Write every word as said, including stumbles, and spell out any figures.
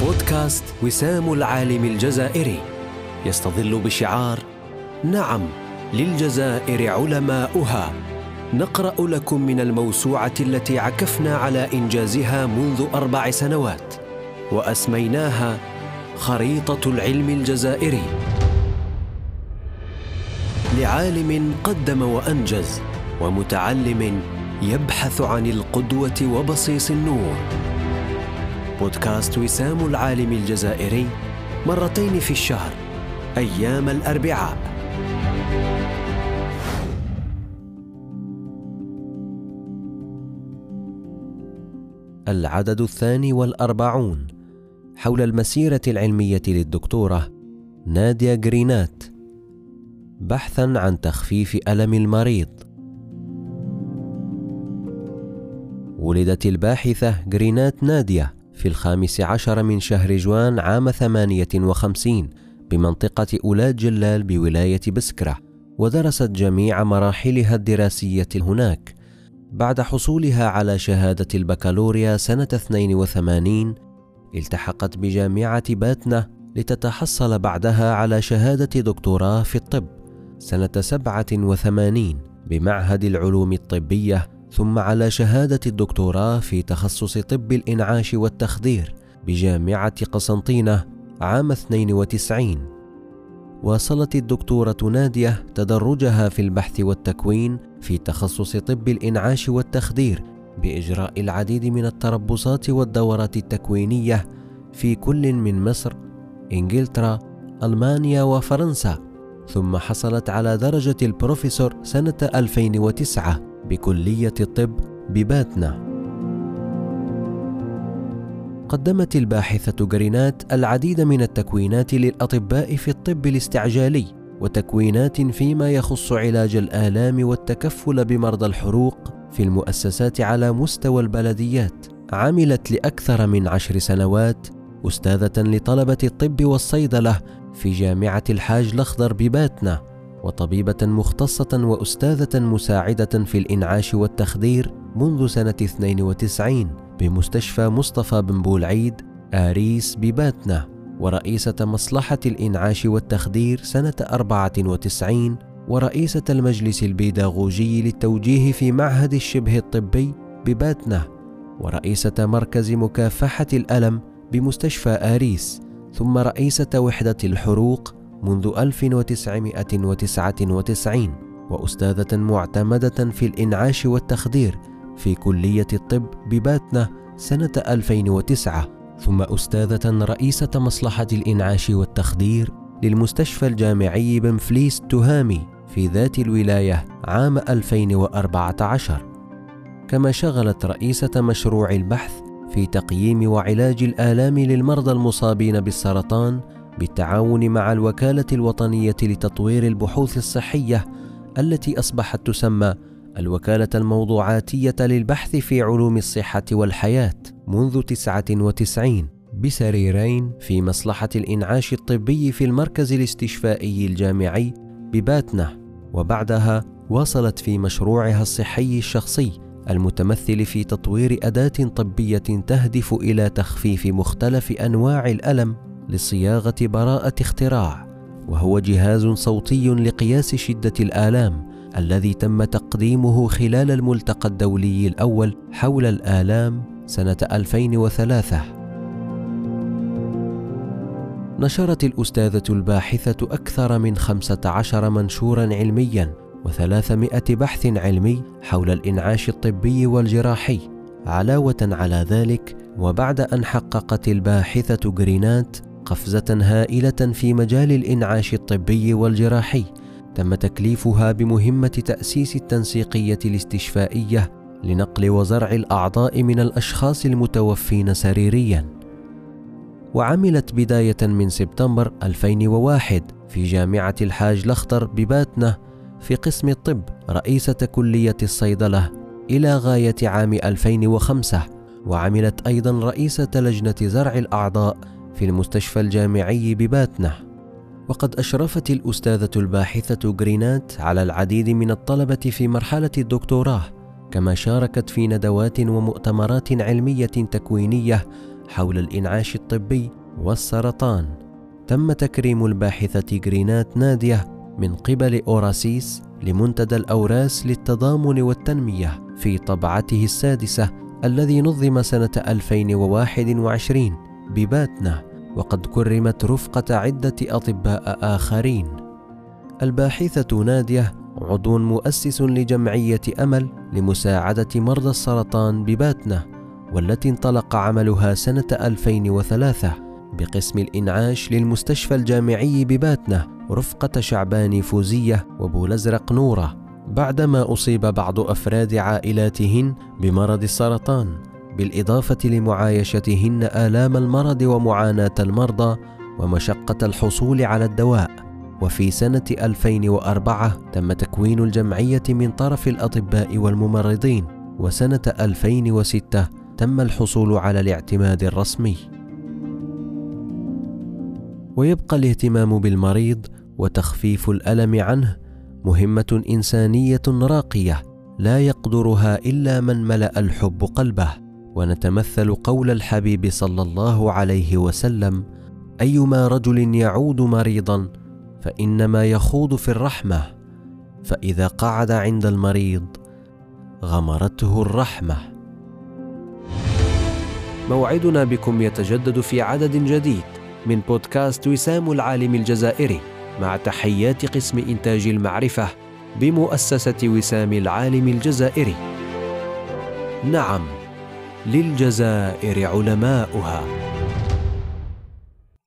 بودكاست وسام العالم الجزائري يستظل بشعار نعم للجزائر علماؤها. نقرأ لكم من الموسوعة التي عكفنا على إنجازها منذ أربع سنوات وأسميناها خريطة العلم الجزائري، لعالم قدم وأنجز ومتعلم يبحث عن القدوة وبصيص النور. بودكاست وسام العالم الجزائري مرتين في الشهر أيام الأربعاء. العدد الثاني والأربعون، حول المسيرة العلمية للدكتورة نادية غرينات، بحثاً عن تخفيف ألم المريض. ولدت الباحثة غرينات نادية في الخامس عشر من شهر جوان عام ثمانية وخمسين بمنطقة أولاد جلال بولاية بسكرة، ودرست جميع مراحلها الدراسية هناك. بعد حصولها على شهادة البكالوريا سنة اثنين وثمانين التحقت بجامعة باتنا لتتحصل بعدها على شهادة دكتوراه في الطب سنة سبعة وثمانين بمعهد العلوم الطبية، ثم على شهادة الدكتوراه في تخصص طب الإنعاش والتخدير بجامعة قسنطينة عام اثنين وتسعين. واصلت الدكتورة نادية تدرجها في البحث والتكوين في تخصص طب الإنعاش والتخدير بإجراء العديد من التربصات والدورات التكوينية في كل من مصر، إنجلترا، ألمانيا وفرنسا، ثم حصلت على درجة البروفيسور سنة ألفين وتسعة بكلية الطب بباتنا. قدمت الباحثة غرينات العديد من التكوينات للأطباء في الطب الاستعجالي، وتكوينات فيما يخص علاج الآلام والتكفل بمرضى الحروق في المؤسسات على مستوى البلديات. عملت لأكثر من عشر سنوات أستاذة لطلبة الطب والصيدلة في جامعة الحاج الأخضر بباتنا، وطبيبة مختصة وأستاذة مساعدة في الإنعاش والتخدير منذ سنة اثنين وتسعين بمستشفى مصطفى بن بولعيد آريس بباتنا، ورئيسة مصلحة الإنعاش والتخدير سنة أربعة وتسعين، ورئيسة المجلس البيداغوجي للتوجيه في معهد الشبه الطبي بباتنا، ورئيسة مركز مكافحة الألم بمستشفى آريس، ثم رئيسة وحدة الحروق منذ ألف وتسعمائة وتسعة وتسعين، وأستاذة معتمدة في الإنعاش والتخدير في كلية الطب بباتنا سنة ألفين وتسعة، ثم أستاذة رئيسة مصلحة الإنعاش والتخدير للمستشفى الجامعي بنفليس تهامي في ذات الولاية عام ألفين وأربعة عشر. كما شغلت رئيسة مشروع البحث في تقييم وعلاج الآلام للمرضى المصابين بالسرطان بالتعاون مع الوكالة الوطنية لتطوير البحوث الصحية التي أصبحت تسمى الوكالة الموضوعاتية للبحث في علوم الصحة والحياة منذ تسعة وتسعين، بسريرين في مصلحة الإنعاش الطبي في المركز الاستشفائي الجامعي بباتنا. وبعدها واصلت في مشروعها الصحي الشخصي المتمثل في تطوير أداة طبية تهدف إلى تخفيف مختلف أنواع الألم لصياغة براءة اختراع، وهو جهاز صوتي لقياس شدة الآلام الذي تم تقديمه خلال الملتقى الدولي الأول حول الآلام سنة ألفين وثلاثة. نشرت الأستاذة الباحثة أكثر من خمسة عشر منشوراً علمياً وثلاثمائة بحث علمي حول الإنعاش الطبي والجراحي. علاوة على ذلك، وبعد أن حققت الباحثة غرينات قفزة هائلة في مجال الإنعاش الطبي والجراحي، تم تكليفها بمهمة تأسيس التنسيقية الاستشفائية لنقل وزرع الأعضاء من الأشخاص المتوفين سريرياً. وعملت بداية من سبتمبر ألفين وواحد في جامعة الحاج الأخضر بباتنا في قسم الطب رئيسة كلية الصيدلة إلى غاية عام ألفين وخمسة، وعملت أيضاً رئيسة لجنة زرع الأعضاء في المستشفى الجامعي بباتنا. وقد أشرفت الأستاذة الباحثة غرينات على العديد من الطلبة في مرحلة الدكتوراه، كما شاركت في ندوات ومؤتمرات علمية تكوينية حول الإنعاش الطبي والسرطان. تم تكريم الباحثة جرينات نادية من قبل أوراسيس لمنتدى الأوراس للتضامن والتنمية في طبعته السادسة الذي نظم سنة ألفين وواحد وعشرين بباتنا، وقد كرمت رفقة عدة أطباء آخرين. الباحثة نادية عضو مؤسس لجمعية أمل لمساعدة مرضى السرطان بباتنا، والتي انطلق عملها سنة ألفين وثلاثة بقسم الإنعاش للمستشفى الجامعي بباتنا رفقة شعبان فوزية وبولزرق نورة، بعدما أصيب بعض أفراد عائلاتهن بمرض السرطان، بالإضافة لمعايشتهن آلام المرض ومعاناة المرضى ومشقة الحصول على الدواء. وفي سنة ألفين وأربعة تم تكوين الجمعية من طرف الأطباء والممرضين، وسنة ألفين وستة تم الحصول على الاعتماد الرسمي. ويبقى الاهتمام بالمريض وتخفيف الألم عنه مهمة إنسانية راقية لا يقدرها إلا من ملأ الحب قلبه، ونتمثل قول الحبيب صلى الله عليه وسلم: أيما رجل يعود مريضا فإنما يخوض في الرحمة، فإذا قعد عند المريض غمرته الرحمة. موعدنا بكم يتجدد في عدد جديد من بودكاست وسام العالم الجزائري، مع تحيات قسم إنتاج المعرفة بمؤسسة وسام العالم الجزائري. نعم، للجزائر علماؤها.